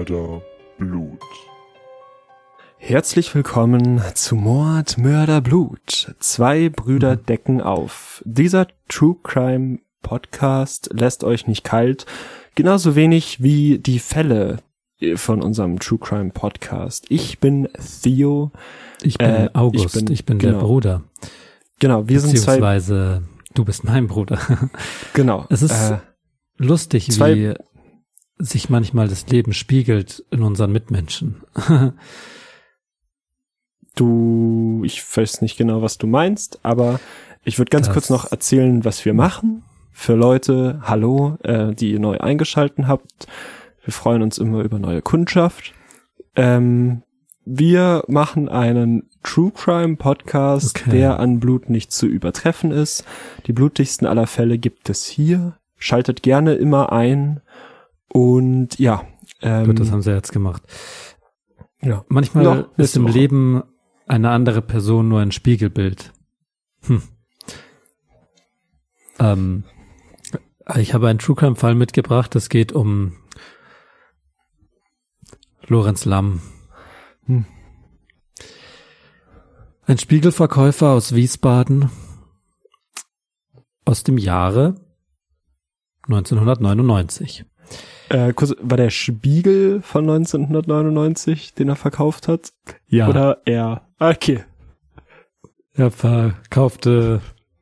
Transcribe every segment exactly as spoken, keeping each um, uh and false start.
Mörder, Blut. Herzlich willkommen zu Mord, Mörder, Blut. Zwei Brüder mhm. decken auf. Dieser True Crime Podcast lässt euch nicht kalt, genauso wenig wie die Fälle von unserem True Crime Podcast. Ich bin Theo. Ich bin äh, August. Ich bin, ich bin genau, der Bruder. Genau, wir sind zwei. Beziehungsweise du bist mein Bruder. Genau. Es ist äh, lustig, zwei, wie sich manchmal das Leben spiegelt in unseren Mitmenschen. Du, ich weiß nicht genau, was du meinst, aber ich würde ganz das, kurz noch erzählen, was wir machen. Für Leute, hallo, äh, die ihr neu eingeschalten habt. Wir freuen uns immer über neue Kundschaft. Ähm, wir machen einen True Crime Podcast, okay. der an Blut nicht zu übertreffen ist. Die blutigsten aller Fälle gibt es hier. Schaltet gerne immer ein. Und ja. Ähm, Gut, das haben sie jetzt gemacht. Ja. Manchmal Noch ist im Woche. Leben eine andere Person nur ein Spiegelbild. Hm. Ähm, ich habe einen True Crime Fall mitgebracht. Es geht um Lorenz Lamm. Hm. Ein Spiegelverkäufer aus Wiesbaden aus dem Jahre neunzehnhundertneunundneunzig. Äh, kurz, war der Spiegel von neunzehnhundertneunundneunzig, den er verkauft hat? Ja. Oder er? Okay. Er verkaufte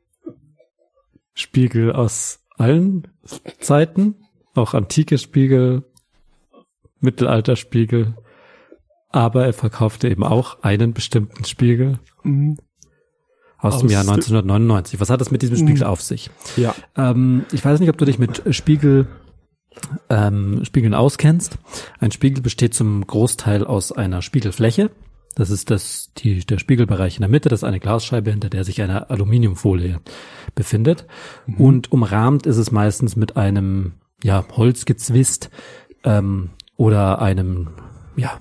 Spiegel aus allen Zeiten, auch antike Spiegel, Mittelalterspiegel, aber er verkaufte eben auch einen bestimmten Spiegel Mhm. aus, aus dem Jahr neunzehnhundertneunundneunzig. Was hat es mit diesem Spiegel mhm. auf sich? Ja. Ähm, ich weiß nicht, ob du dich mit Spiegel ähm, Spiegeln auskennst. Ein Spiegel besteht zum Großteil aus einer Spiegelfläche. Das ist das, die, der Spiegelbereich in der Mitte. Das ist eine Glasscheibe, hinter der sich eine Aluminiumfolie befindet. Mhm. Und umrahmt ist es meistens mit einem, ja, Holzgezwist, ähm, oder einem, ja,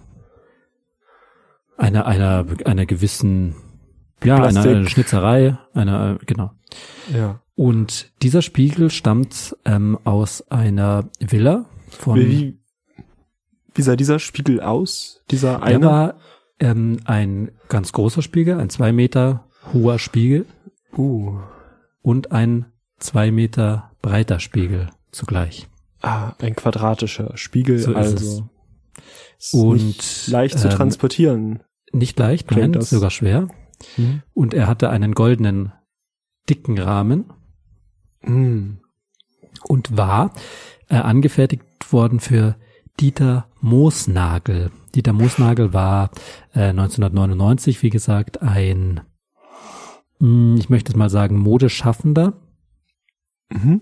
einer, einer, einer gewissen, ja, einer, einer Schnitzerei, einer, genau. Ja. Und dieser Spiegel stammt ähm, aus einer Villa von. Wie, wie sah dieser Spiegel aus? Dieser eine? Der war ähm, ein ganz großer Spiegel, ein zwei Meter hoher Spiegel. Uh. Und ein zwei Meter breiter Spiegel zugleich. Ah, ein quadratischer Spiegel, so also. Ist es. Ist Und nicht leicht zu ähm, transportieren. Nicht leicht, nein, das sogar schwer. Hm. Und er hatte einen goldenen, dicken Rahmen. Hm. Und war äh, angefertigt worden für Dieter Moosnagel. Dieter Moosnagel war äh, neunzehnhundertneunundneunzig, wie gesagt, ein, mh, ich möchte es mal sagen, Modeschaffender. Mhm.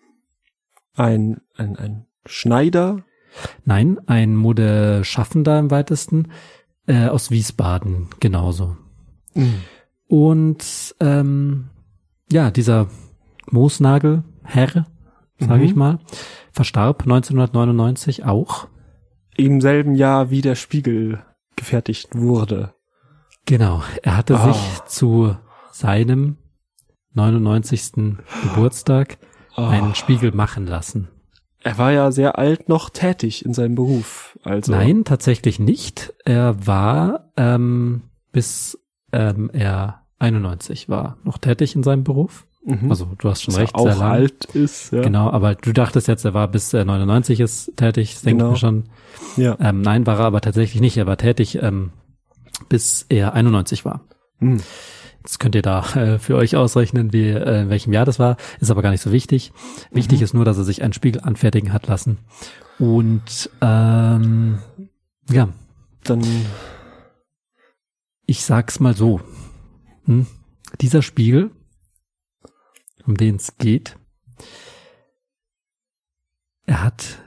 Ein, ein, ein Schneider? Nein, ein Modeschaffender im weitesten, äh, aus Wiesbaden, genauso. Mhm. Und ähm, ja, dieser Moosnagel, Herr, sage mhm. ich mal, verstarb neunzehnhundertneunundneunzig auch. Im selben Jahr, wie der Spiegel gefertigt wurde. Genau, er hatte ah. sich zu seinem neunundneunzigsten Geburtstag ah. einen Spiegel machen lassen. Er war ja sehr alt noch tätig in seinem Beruf. Also. Nein, tatsächlich nicht. Er war, ähm, bis ähm, er einundneunzig war, noch tätig in seinem Beruf. Mhm. Also du hast schon Dass recht, er auch sehr lang. alt ist. Ja. Genau, aber du dachtest jetzt, er war bis er neunundneunzig ist tätig, das denke genau. ich mir schon. Ja. Ähm, nein, war er aber tatsächlich nicht. Er war tätig, ähm, bis er einundneunzig war. Mhm. Jetzt könnt ihr da äh, für euch ausrechnen, wie äh, in welchem Jahr das war. Ist aber gar nicht so wichtig. Wichtig mhm. ist nur, dass er sich einen Spiegel anfertigen hat lassen. Und ähm, ja, dann ich sag's mal so. Hm? Dieser Spiegel, um den es geht, er hat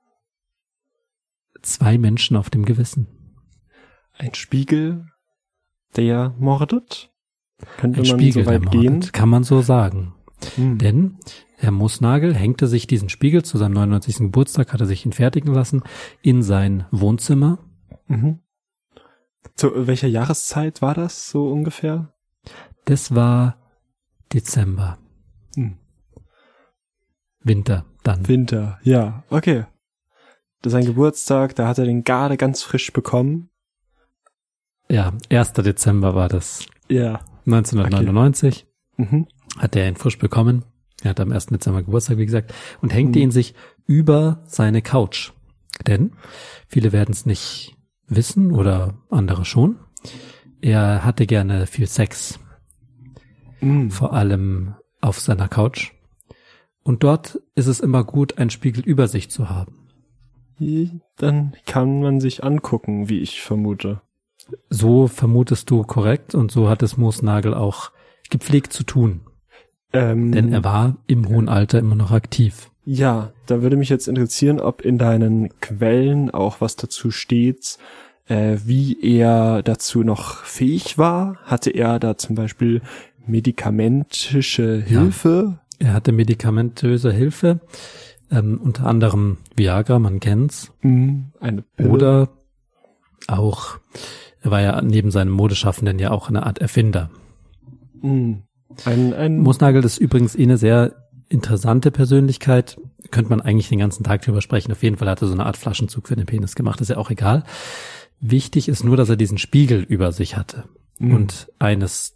zwei Menschen auf dem Gewissen. ein Spiegel, der mordet? Könnte Ein man Spiegel, so weit der gehen? mordet, kann man so sagen. Hm. Denn Herr Moosnagel hängte sich diesen Spiegel zu seinem neunundneunzigsten Geburtstag, hat er sich ihn fertigen lassen, in sein Wohnzimmer. Mhm. Zu welcher Jahreszeit war das so ungefähr? Das war Dezember. Hm. Winter dann. Winter, ja, okay. sein Geburtstag, da hat er den gerade ganz frisch bekommen. Ja, erster Dezember war das. Ja. neunzehnhundertneunundneunzig Okay. Mhm. hat er ihn frisch bekommen. Er hat am ersten Dezember Geburtstag, wie gesagt, und hängte Mhm. ihn sich über seine Couch. Denn viele werden es nicht wissen oder andere schon. Er hatte gerne viel Sex, Mhm. vor allem auf seiner Couch. Und dort ist es immer gut, einen Spiegel über sich zu haben. Dann kann man sich angucken, wie ich vermute. So vermutest du korrekt und so hat es Moosnagel auch gepflegt zu tun. Ähm, Denn er war im hohen Alter immer noch aktiv. Ja, da würde mich jetzt interessieren, ob in deinen Quellen auch was dazu steht, äh, wie er dazu noch fähig war. Hatte er da zum Beispiel medikamentische Hilfe? Ja, er hatte medikamentöse Hilfe, ähm, unter anderem Viagra, man kennt's. Mhm, eine Pille. Oder auch, er war ja neben seinem Modeschaffenden ja auch eine Art Erfinder. Mhm. Ein, ein Moosnagel ist übrigens eh eine sehr interessante Persönlichkeit. Könnte man eigentlich den ganzen Tag drüber sprechen. Auf jeden Fall hat er so eine Art Flaschenzug für den Penis gemacht. Ist ja auch egal. Wichtig ist nur, dass er diesen Spiegel über sich hatte. Mhm. Und eines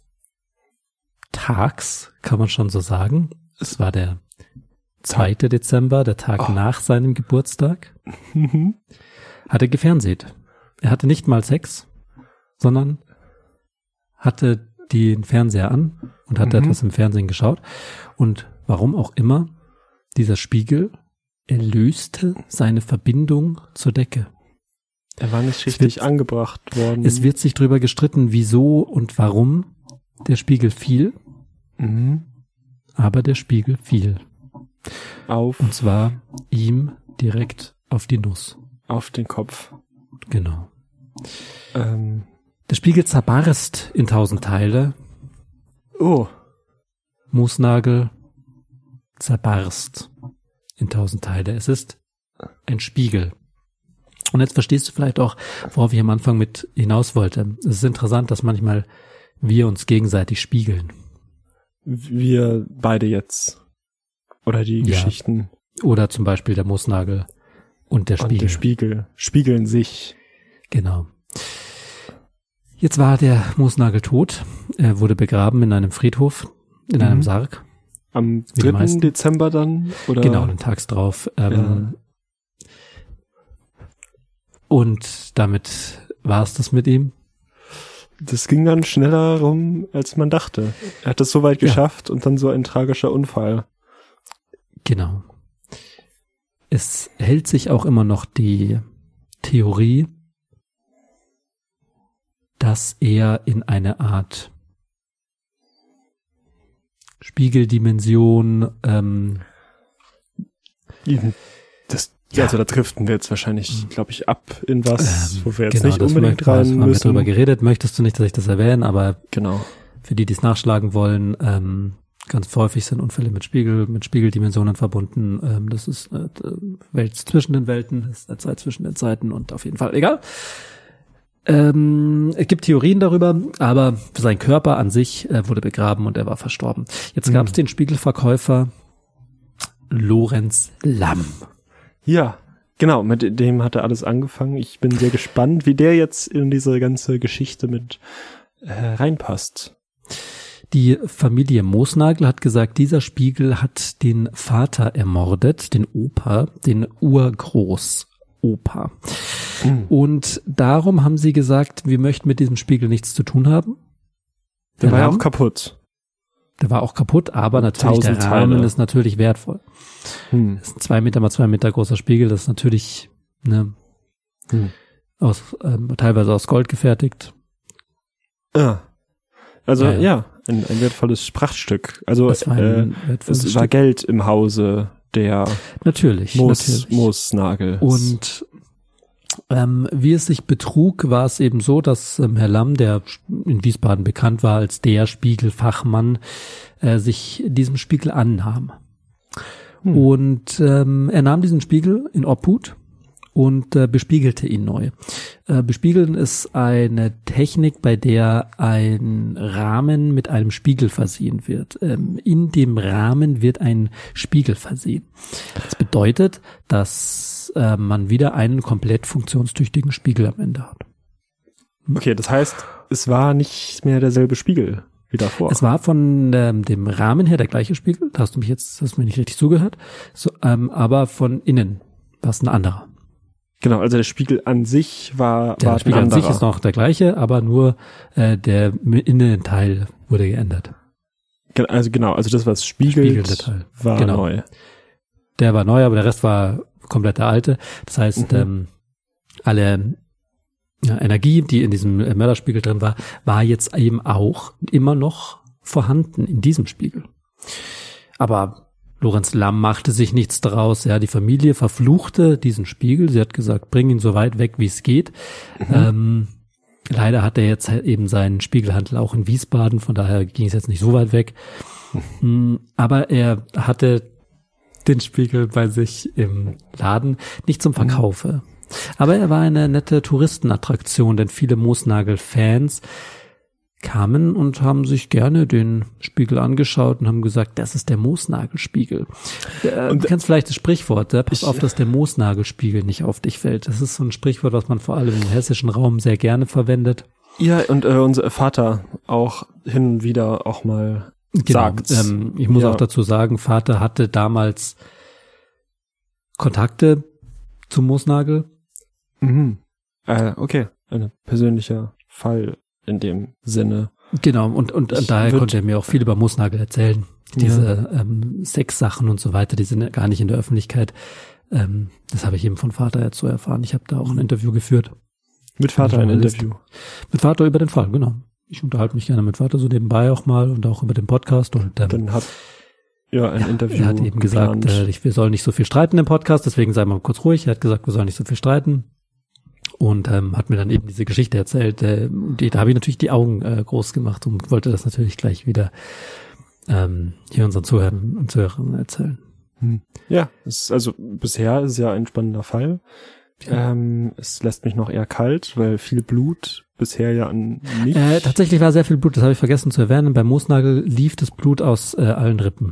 Tags, kann man schon so sagen, es war der zweite Dezember, der Tag Oh. nach seinem Geburtstag, Mhm. hat er gefernseht. Er hatte nicht mal Sex, sondern hatte den Fernseher an und hatte Mhm. etwas im Fernsehen geschaut. Und warum auch immer, dieser Spiegel, er löste seine Verbindung zur Decke. Er war nicht Es richtig wird- angebracht worden. Es wird sich darüber gestritten, wieso und warum der Spiegel fiel, Mhm. aber der Spiegel fiel. Auf, Und zwar ihm direkt auf die Nuss. auf den Kopf. Genau. Ähm, Der Spiegel zerbarst in tausend Teile. oh, Moosnagel zerbarst in tausend Teile. Es ist ein Spiegel. Und jetzt verstehst du vielleicht auch, worauf ich am Anfang mit hinaus wollte. Es ist interessant, dass manchmal wir uns gegenseitig spiegeln. wir beide jetzt. Oder die Ja. Geschichten Oder zum Beispiel der Moosnagel und der und Spiegel. der Spiegel spiegeln sich. Genau. Jetzt war der Moosnagel tot. Er wurde begraben in einem Friedhof, in Mhm. einem Sarg. Am die dritten meisten. Dezember dann? Oder? Genau, den Tags drauf. Ähm, Und damit war es das mit ihm. Das ging dann schneller rum, als man dachte. Er hat es so weit Ja. geschafft und dann so ein tragischer Unfall. Genau. Es hält sich auch immer noch die Theorie, dass er in eine Art Spiegeldimension, ähm, Das, Ja. Also da driften wir jetzt wahrscheinlich, glaube ich, ab in was, ähm, wo wir jetzt genau, nicht das unbedingt möchte- rein haben wir müssen. drüber geredet. Möchtest du nicht, dass ich das erwähne, aber Genau. für die, die es nachschlagen wollen, ähm, ganz häufig sind Unfälle mit Spiegel, mit Spiegeldimensionen verbunden. Ähm, das ist äh, Welt zwischen den Welten, das ist eine Zeit zwischen den Zeiten und auf jeden Fall egal. Ähm, es gibt Theorien darüber, aber sein Körper an sich äh, wurde begraben und er war verstorben. Jetzt gab es Mhm. den Spiegelverkäufer Lorenz Lamm. Ja, genau, mit dem hat er alles angefangen. Ich bin sehr gespannt, wie der jetzt in diese ganze Geschichte mit äh, reinpasst. Die Familie Moosnagel hat gesagt, dieser Spiegel hat den Vater ermordet, den Opa, den Urgroßopa. Mhm. Und darum haben sie gesagt, wir möchten mit diesem Spiegel nichts zu tun haben. Der war ja Rahmen, auch kaputt. der war auch kaputt, aber natürlich der Tausend Rahmen Teile. ist natürlich wertvoll. Hm. Das ist ein zwei Meter mal zwei Meter großer Spiegel, das ist natürlich ne, Hm. aus, ähm, teilweise aus Gold gefertigt. Ah. Also Ja, ja, ja. ein, ein wertvolles Prachtstück. Also Das war ein äh, wertvolles es war Stück. Geld im Hause der Natürlich, Moos, natürlich. Moosnagel. Und ähm, wie es sich betrug, war es eben so, dass ähm, Herr Lamm, der in Wiesbaden bekannt war als der Spiegelfachmann, äh, sich diesem Spiegel annahm. Hm. Und ähm, er nahm diesen Spiegel in Obhut und äh, bespiegelte ihn neu. Äh, bespiegeln ist eine Technik, bei der ein Rahmen mit einem Spiegel versehen wird. Ähm, in dem Rahmen wird ein Spiegel versehen. Das bedeutet, dass äh, man wieder einen komplett funktionstüchtigen Spiegel am Ende hat. Okay, das heißt, es war nicht mehr derselbe Spiegel wie davor. Es war von ähm, dem Rahmen her der gleiche Spiegel. Da hast du mich jetzt, hast du mir nicht richtig zugehört. So, ähm, aber von innen war es ein anderer. Genau, also der Spiegel an sich war, der war Spiegel ein an anderer. sich ist noch der gleiche, aber nur äh, der Innenteil wurde geändert. Also genau, also das, was spiegelt, Spiegelnde Teil. war Genau. neu. Der war neu, aber der Rest war komplett der alte. Das heißt, Mhm. ähm, alle ja, Energie, die in diesem äh, Mörderspiegel drin war, war jetzt eben auch immer noch vorhanden in diesem Spiegel. Aber Lorenz Lamm machte sich nichts daraus. Ja, die Familie verfluchte diesen Spiegel. Sie hat gesagt, bring ihn so weit weg, wie es geht. Mhm. Ähm, leider hat er jetzt halt eben seinen Spiegelhandel auch in Wiesbaden, von daher ging es jetzt nicht so weit weg. Mhm. Aber er hatte den Spiegel bei sich im Laden, nicht zum Verkaufe. Aber er war eine nette Touristenattraktion, denn viele Moosnagel-Fans kamen und haben sich gerne den Spiegel angeschaut und haben gesagt, das ist der Moosnagelspiegel. Äh, du kennst vielleicht das Sprichwort, äh, pass ich, auf, dass der Moosnagelspiegel nicht auf dich fällt. Das ist so ein Sprichwort, was man vor allem im hessischen Raum sehr gerne verwendet. Ja, und äh, unser Vater auch hin und wieder auch mal genau, sagt. Ähm, ich muss ja. auch dazu sagen, Vater hatte damals Kontakte zum Moosnagel. Mhm. Äh, okay, ein persönlicher Fall in dem Sinne. Genau, und, und, und daher konnte er mir auch viel über Moosnagel erzählen. Diese ja. ähm, Sexsachen und so weiter, die sind ja gar nicht in der Öffentlichkeit. Ähm, das habe ich eben von Vater jetzt so erfahren. Ich habe da auch ein Interview geführt. Mit Vater ein Interview? Mit Vater über den Fall, genau. Ich unterhalte mich gerne mit Vater so nebenbei auch mal und auch über den Podcast. Und ähm, dann hat ja ein ja, Interview er hat eben geplant. gesagt, äh, ich, wir sollen nicht so viel streiten im Podcast, deswegen sei mal kurz ruhig. Er hat gesagt, wir sollen nicht so viel streiten. Und ähm, hat mir dann eben diese Geschichte erzählt. Äh, die, da habe ich natürlich die Augen äh, groß gemacht und wollte das natürlich gleich wieder ähm, hier unseren Zuhörern und Zuhörern erzählen. Hm. Ja, es ist also bisher ist es ja ein spannender Fall. Ja. Ähm, es lässt mich noch eher kalt, weil viel Blut bisher ja nicht. Äh, tatsächlich war sehr viel Blut, das habe ich vergessen zu erwähnen. Beim Moosnagel lief das Blut aus äh, allen Rippen.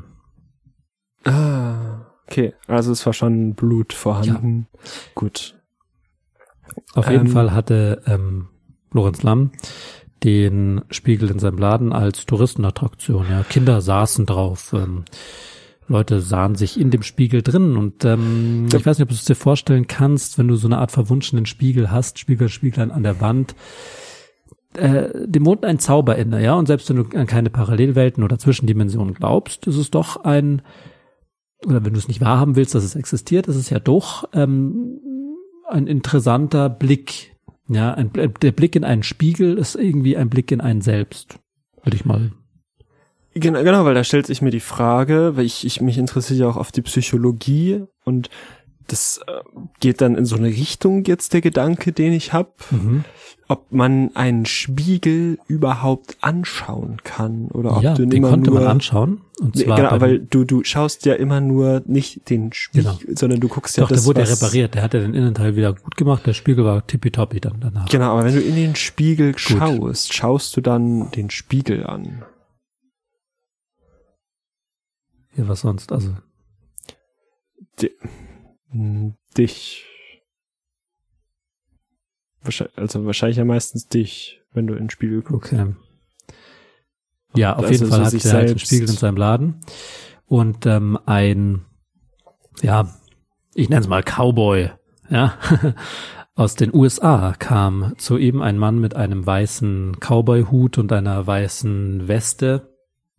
Ah, okay. Also es war schon Blut vorhanden. Ja. Gut. Auf jeden ähm, Fall hatte ähm, Lorenz Lamm den Spiegel in seinem Laden als Touristenattraktion. Ja, Kinder saßen drauf, ähm, Leute sahen sich in dem Spiegel drin und ähm, ja. ich weiß nicht, ob du es dir vorstellen kannst, wenn du so eine Art verwunschenen Spiegel hast, Spiegel, Spiegel an der Wand, äh, dem wohnt ein Zauber inne, ja, und selbst wenn du an keine Parallelwelten oder Zwischendimensionen glaubst, ist es doch ein, oder wenn du es nicht wahrhaben willst, dass es existiert, ist es ja doch ähm, ein interessanter Blick. Ja, ein, der Blick in einen Spiegel ist irgendwie ein Blick in einen selbst. Würde ich mal. Genau, genau, weil da stellt sich mir die Frage, weil ich, ich mich interessiere ja auch auf die Psychologie und das äh, geht dann in so eine Richtung jetzt der Gedanke, den ich habe, mhm. ob man einen Spiegel überhaupt anschauen kann oder ob ja, du ihn den immer konnte nur, man anschauen. Und zwar genau, weil du du schaust ja immer nur nicht den Spiegel, genau. sondern du guckst ja Doch, das, der wurde was, ja repariert, der hat ja den Innenteil wieder gut gemacht, der Spiegel war tippitoppi dann danach. Genau, aber wenn du in den Spiegel gut. schaust, schaust du dann den Spiegel an. Ja, was sonst, also. Die, dich. Wahrscheinlich, also wahrscheinlich ja meistens dich, wenn du in den Spiegel guckst. Okay. Ja, auf also jeden Fall so hat er halt einen Spiegel in seinem Laden und ähm, ein, ja, ich nenne es mal Cowboy, ja, aus den U S A kam zu ihm ein Mann mit einem weißen Cowboy-Hut und einer weißen Weste,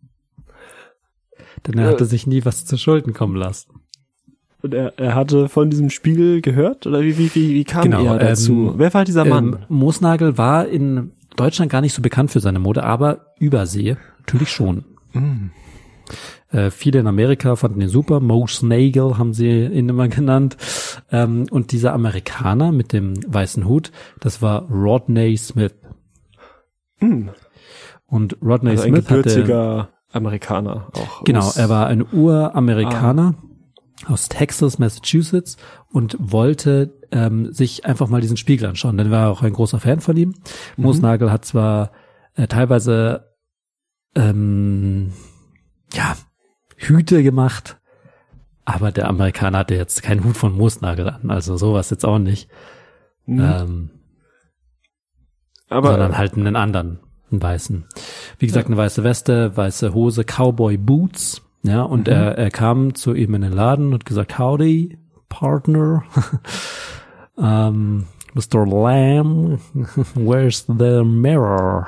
denn er hatte sich nie was zu Schulden kommen lassen. Und er, er hatte von diesem Spiegel gehört? Oder wie, wie, wie, wie kam genau, er dazu? Ähm, Wer war dieser Mann? Ähm, Moosnagel war in Deutschland gar nicht so bekannt für seine Mode, aber Übersee natürlich schon. Mm. Äh, viele in Amerika fanden ihn super. Moosnagel haben sie ihn immer genannt. Ähm, und dieser Amerikaner mit dem weißen Hut, das war Rodney Smith. Mm. Und Rodney also Smith ein gebürtiger hatte Amerikaner auch. Genau, er war ein Uramerikaner. Ah. aus Texas, Massachusetts und wollte ähm, sich einfach mal diesen Spiegel anschauen, denn er war auch ein großer Fan von ihm. Mhm. Moosnagel hat zwar äh, teilweise ähm, ja Hüte gemacht, aber der Amerikaner hatte jetzt keinen Hut von Moosnagel an, also sowas jetzt auch nicht. Mhm. Ähm, aber sondern halt einen anderen, einen weißen. Wie gesagt, ja. eine weiße Weste, weiße Hose, Cowboy Boots. Ja, und mhm. er, er kam zu ihm in den Laden und gesagt, howdy, partner. um, Mister Lamb, where's the mirror?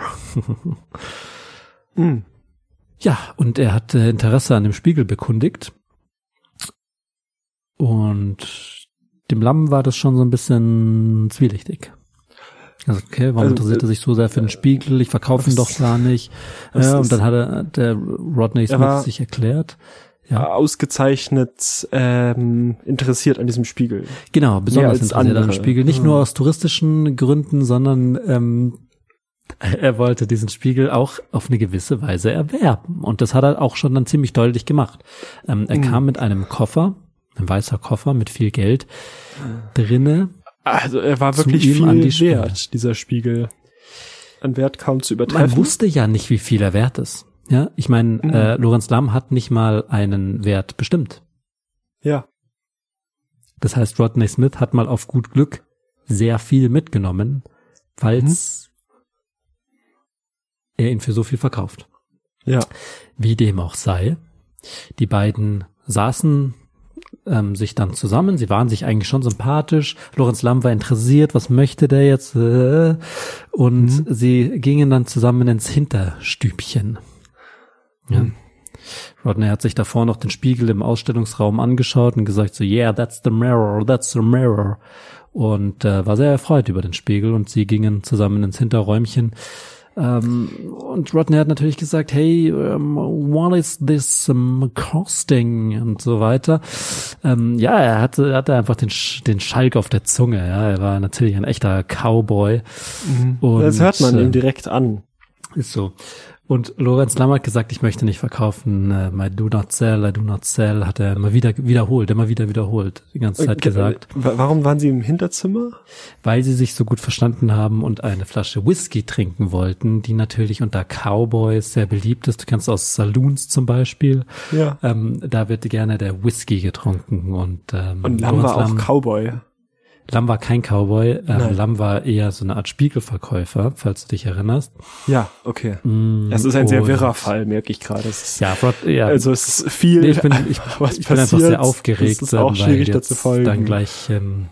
mhm. Ja, und er hat äh, Interesse an dem Spiegel bekundigt. Und dem Lamm war das schon so ein bisschen zwielichtig. Also, okay, warum also, interessiert er sich so sehr für den Spiegel? Ich verkaufe ihn doch gar nicht. Ja, und dann hat er, der Rodney Smith sich erklärt. Ja. Ausgezeichnet ähm, interessiert an diesem Spiegel. Genau, besonders interessiert an dem Spiegel. Nicht ja. nur aus touristischen Gründen, sondern ähm, er wollte diesen Spiegel auch auf eine gewisse Weise erwerben. Und das hat er auch schon dann ziemlich deutlich gemacht. Ähm, er mhm. kam mit einem Koffer, ein weißer Koffer mit viel Geld drinne. Also er war wirklich viel an die wert, dieser Spiegel. An Wert kaum zu übertreffen. Man wusste ja nicht, wie viel er wert ist. Ja, ich meine, mhm. äh, Lorenz Lamm hat nicht mal einen Wert bestimmt. Ja. Das heißt, Rodney Smith hat mal auf gut Glück sehr viel mitgenommen, falls mhm. er ihn für so viel verkauft. Ja. Wie dem auch sei. Die beiden saßen ähm, sich dann zusammen. Sie waren sich eigentlich schon sympathisch. Lorenz Lamm war interessiert. Was möchte der jetzt? Äh, und mhm. sie gingen dann zusammen ins Hinterstübchen. Ja. Mhm. Rodney hat sich davor noch den Spiegel im Ausstellungsraum angeschaut und gesagt so, yeah, that's the mirror, that's the mirror. Und äh, war sehr erfreut über den Spiegel und sie gingen zusammen ins Hinterräumchen. Ähm, und Rodney hat natürlich gesagt, hey, um, what is this um, costing und so weiter. Ähm, ja, er hatte, er hatte einfach den, den Schalk auf der Zunge. Ja, er war natürlich ein echter Cowboy. Mhm. Und, das hört man äh, ihm direkt an. Ist so. Und Lorenz Lamm hat gesagt, ich möchte nicht verkaufen, uh, I do not sell, I do not sell, hat er immer wieder wiederholt, immer wieder wiederholt, die ganze Zeit gesagt. Warum waren sie im Hinterzimmer? Weil sie sich so gut verstanden haben und eine Flasche Whisky trinken wollten, die natürlich unter Cowboys sehr beliebt ist. Du kennst aus Saloons zum Beispiel. Ja. Ähm, da wird gerne der Whisky getrunken. Und, ähm, und Lamm war auch Cowboy. Lamm war kein Cowboy, ähm, Lamm war eher so eine Art Spiegelverkäufer, falls du dich erinnerst. Ja, okay. Mm, das ist ein sehr wirrer Fall, merke ich gerade. Ja, Rod, ja. Also es ist viel, nee, ich bin, ich, was ich bin einfach sehr aufgeregt, das ist auch schwierig, weil jetzt folgen. Dann gleich, ähm,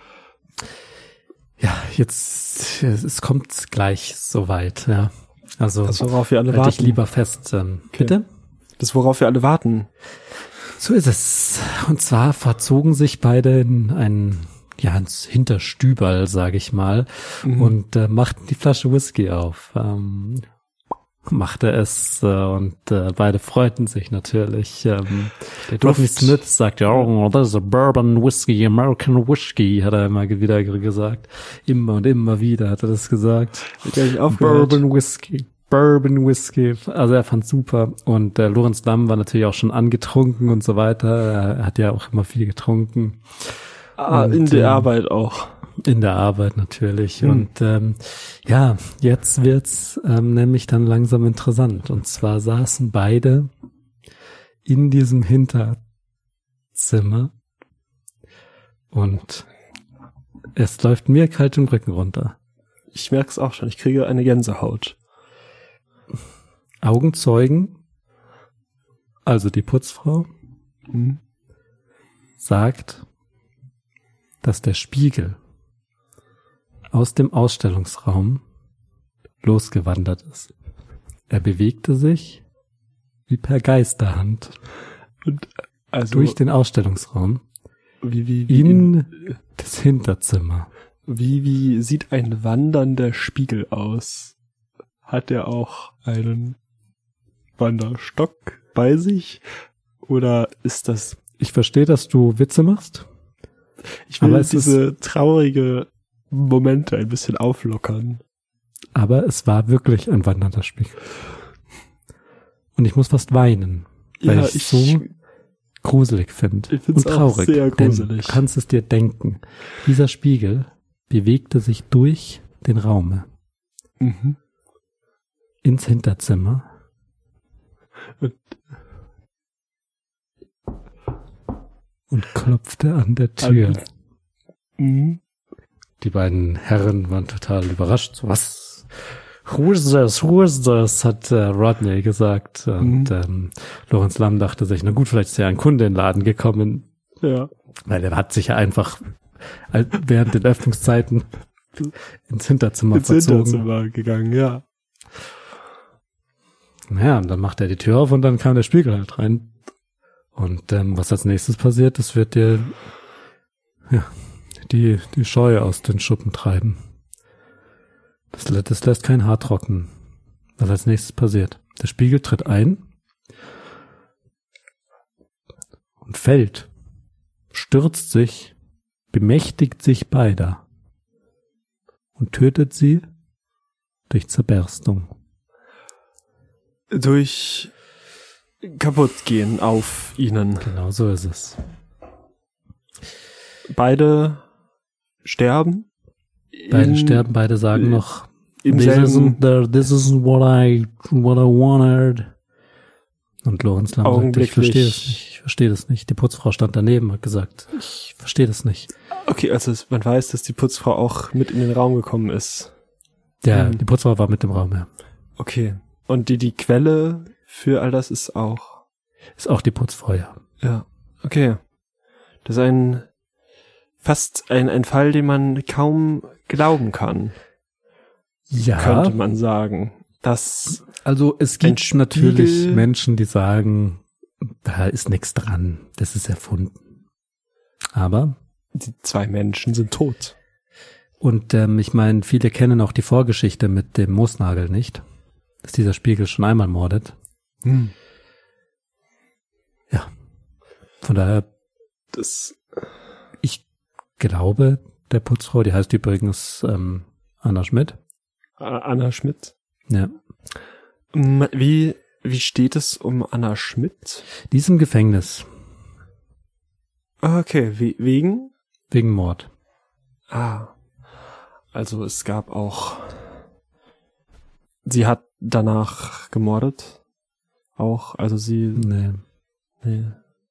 ja, jetzt, es kommt gleich soweit, ja. Also, das, worauf wir alle halt warten. Ich lieber fest, ähm, okay. Bitte? Das, worauf wir alle warten. So ist es. Und zwar verzogen sich beide in einen ja, ins Hinterstüberl, sage ich mal, mhm. und äh, machten die Flasche Whisky auf. Ähm, machte es äh, und äh, beide freuten sich natürlich. Ähm, Rodney Smith sagte, oh, that's a bourbon whiskey, American whiskey, hat er immer wieder gesagt. Immer und immer wieder hat er das gesagt. Bourbon Whisky. Bourbon Whisky, also er fand's super und äh, Lorenz Lamm war natürlich auch schon angetrunken und so weiter. Er hat ja auch immer viel getrunken. Ah, und, in der ähm, Arbeit auch. In der Arbeit natürlich. Hm. Und ähm, ja, jetzt wird's ähm, nämlich dann langsam interessant. Und zwar saßen beide in diesem Hinterzimmer und es läuft mir kalt den Rücken runter. Ich merk's auch schon, ich kriege eine Gänsehaut. Augenzeugen, also die Putzfrau, hm. sagt, dass der Spiegel aus dem Ausstellungsraum losgewandert ist. Er bewegte sich wie per Geisterhand und also durch den Ausstellungsraum wie, wie, wie in, in das Hinterzimmer. Wie, wie sieht ein wandernder Spiegel aus? Hat er auch einen Wanderstock bei sich? Oder ist das... Ich verstehe, dass du Witze machst. Ich will diese traurige Momente ein bisschen auflockern. Aber es war wirklich ein wandernder Spiegel. Und ich muss fast weinen, weil ja, ich, ich so gruselig finde Ich find's und traurig. auch sehr gruselig. Denn du kannst es dir denken. Dieser Spiegel bewegte sich durch den Raum Mhm. ins Hinterzimmer Und und klopfte an der Tür. Mhm. Die beiden Herren waren total überrascht. So, was? Who is this? Who is this? Hat äh, Rodney gesagt. Und Mhm. ähm, Lorenz Lamm dachte sich, na gut, vielleicht ist ja ein Kunde in den Laden gekommen. Ja. Weil er hat sich ja einfach al- während den Öffnungszeiten ins Hinterzimmer Ins verzogen. Hinterzimmer gegangen, ja. Naja, und dann macht er die Tür auf und dann kam der Spiegel halt rein. Und ähm, was als nächstes passiert, das wird dir ja, die, die Scheu aus den Schuppen treiben. Das, lä- das lässt kein Haar trocknen. Was als nächstes passiert. Der Spiegel tritt ein und fällt, stürzt sich, bemächtigt sich beider und tötet sie durch Zerberstung. Durch Kaputtgehen auf ihnen. Genau so ist es. Beide sterben. Beide in, sterben, beide sagen noch, Im this selben isn't the, this isn't what I, what I wanted. Und Lorenz Lamm sagt, ich verstehe das nicht, ich verstehe das nicht. Die Putzfrau stand daneben, hat gesagt, ich verstehe das nicht. Okay, also es, man weiß, dass die Putzfrau auch mit in den Raum gekommen ist. Ja, Mhm. die Putzfrau war mit im Raum, ja. Okay. Und die, die Quelle für all das ist auch. Ist auch die Putzfrau, ja. Ja. Okay. Das ist ein, fast ein, ein Fall, den man kaum glauben kann, Ja, könnte man sagen. Das, also es Ein gibt Spiegel- natürlich Menschen, die sagen, da ist nichts dran, das ist erfunden. Aber, die zwei Menschen sind tot. und ähm, ich meine, viele kennen auch die Vorgeschichte mit dem Moosnagel nicht, dass dieser Spiegel schon einmal mordet. Hm. Von daher, Das, ich glaube, der Putzfrau, die heißt übrigens ähm, Anna Schmidt. Anna Schmidt. Ja. M- Wie, wie steht es um Anna Schmidt? Die ist im Gefängnis Okay, we wegen? wegen Mord. Ah. Also es gab auch, sie hat danach gemordet. Auch, also sie, Nee. nee.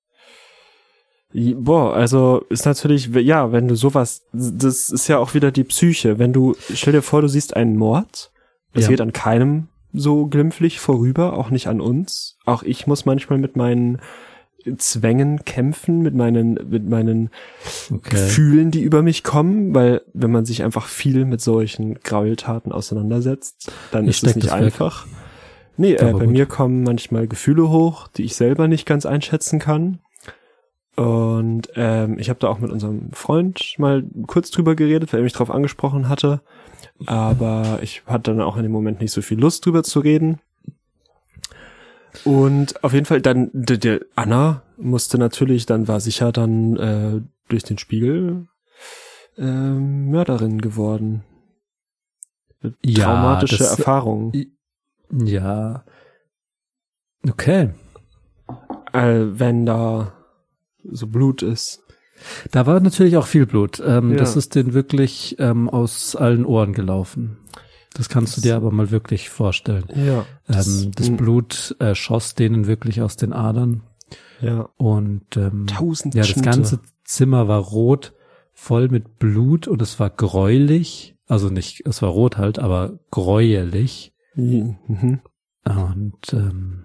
I- Boah, also ist natürlich, ja, wenn du sowas, das ist ja auch wieder die Psyche. Wenn du, stell dir vor, du siehst einen Mord, es Ja. geht an keinem so glimpflich vorüber, auch nicht an uns. Auch ich muss manchmal mit meinen Zwängen kämpfen, mit meinen, mit meinen Okay. Gefühlen, die über mich kommen, weil wenn man sich einfach viel mit solchen Gräueltaten auseinandersetzt, dann Ich ist es steck nicht das weg. einfach. Nee, äh, Aber bei gut. mir kommen manchmal Gefühle hoch, die ich selber nicht ganz einschätzen kann. Und ähm, ich habe da auch mit unserem Freund mal kurz drüber geredet, weil er mich drauf angesprochen hatte. Aber ich hatte dann auch in dem Moment nicht so viel Lust drüber zu reden. Und auf jeden Fall dann, der, der Anna musste natürlich, dann war sicher dann äh, durch den Spiegel äh, Mörderin geworden. Ja, Traumatische das- Erfahrung. Ja. Okay. Äh, wenn da so Blut ist. Da war natürlich auch viel Blut. Ähm, Ja. Das ist denen wirklich ähm, aus allen Ohren gelaufen. Das kannst du dir aber mal wirklich vorstellen. Ja. Ähm, das mm, Blut äh, schoss denen wirklich aus den Adern. Ja. Und ähm, Tausend ja, das Schnitte. ganze Zimmer war rot, voll mit Blut und es war gräulich. Also nicht, es war rot halt, aber gräulich. Mhm. Und ähm,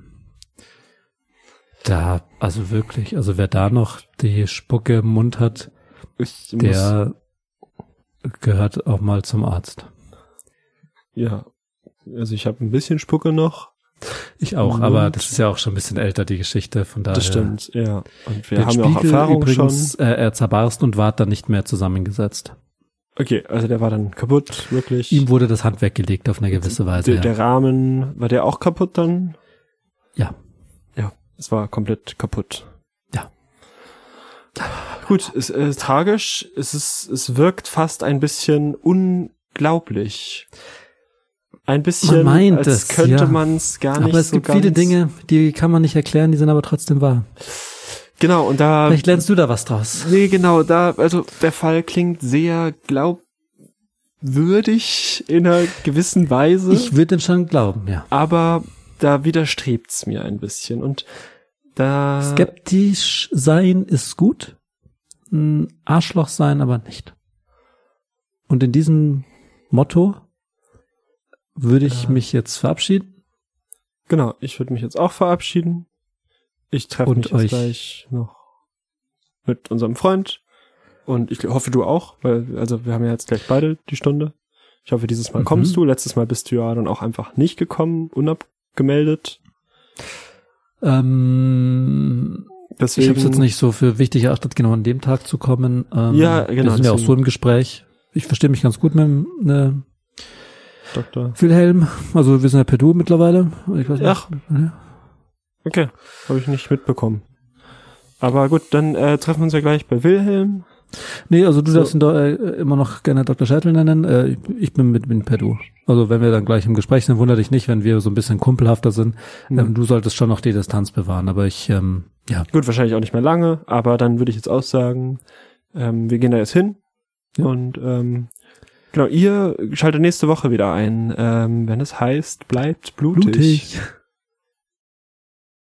da, also wirklich, also wer da noch die Spucke im Mund hat, Ich muss, der gehört auch mal zum Arzt. ja. Also ich habe ein bisschen Spucke noch. Ich auch, Mund. aber das ist ja auch schon ein bisschen älter, die Geschichte, von daher. Das stimmt, ja. Und wir Den haben ja auch Spiegel Erfahrung übrigens, schon. Äh, er zerbarst und ward dann nicht mehr zusammengesetzt. Okay, also der war dann kaputt, wirklich. Ihm wurde das Hand weggelegt auf eine gewisse Weise. der, ja. der Rahmen, war der auch kaputt dann? ja. Ja, es war komplett kaputt. Ja. Gut, es ist äh, tragisch. Es ist, es wirkt fast ein bisschen unglaublich. Ein bisschen, Man meint als es, könnte ja. man es gar nicht Aber es so gibt ganz. viele Dinge, die kann man nicht erklären, die sind aber trotzdem wahr. Genau, und da... Vielleicht lernst du da was draus. Nee, genau, da, also der Fall klingt sehr glaubwürdig in einer gewissen Weise. Ich würde den schon glauben, ja. Aber da widerstrebt's mir ein bisschen und da... Skeptisch sein ist gut, ein Arschloch sein aber nicht. Und in diesem Motto würde ich Ja. mich jetzt verabschieden. Genau, ich würde mich jetzt auch verabschieden. Ich treffe Und mich jetzt euch. gleich noch mit unserem Freund und ich hoffe, du auch, weil, also wir haben ja jetzt gleich beide die Stunde. Ich hoffe, dieses Mal Mhm. kommst du. Letztes Mal bist du ja dann auch einfach nicht gekommen, unabgemeldet. Ähm, Deswegen, ich habe es jetzt nicht so für wichtig erachtet, genau an dem Tag zu kommen. Ähm, Ja, genau, Wir sind ja auch deswegen. so im Gespräch. Ich verstehe mich ganz gut mit dem ne, Doktor. Wilhelm. Also wir sind ja per Du mittlerweile. Ich weiß nicht. Ach. Okay, habe ich nicht mitbekommen. Aber gut, dann äh, treffen wir uns ja gleich bei Wilhelm. Nee, also du So. darfst ihn da äh, immer noch gerne Doktor Scheitel nennen. Äh, ich bin mit bin per Du. Also wenn wir dann gleich im Gespräch sind, wundert dich nicht, wenn wir so ein bisschen kumpelhafter sind. Hm. Ähm, du solltest schon noch die Distanz bewahren, aber ich, ähm, ja. Gut, wahrscheinlich auch nicht mehr lange, aber dann würde ich jetzt auch sagen, ähm, wir gehen da jetzt hin. Ja. Und ähm, genau, ihr schaltet nächste Woche wieder ein, ähm, wenn es heißt, bleibt blutig. Blutig.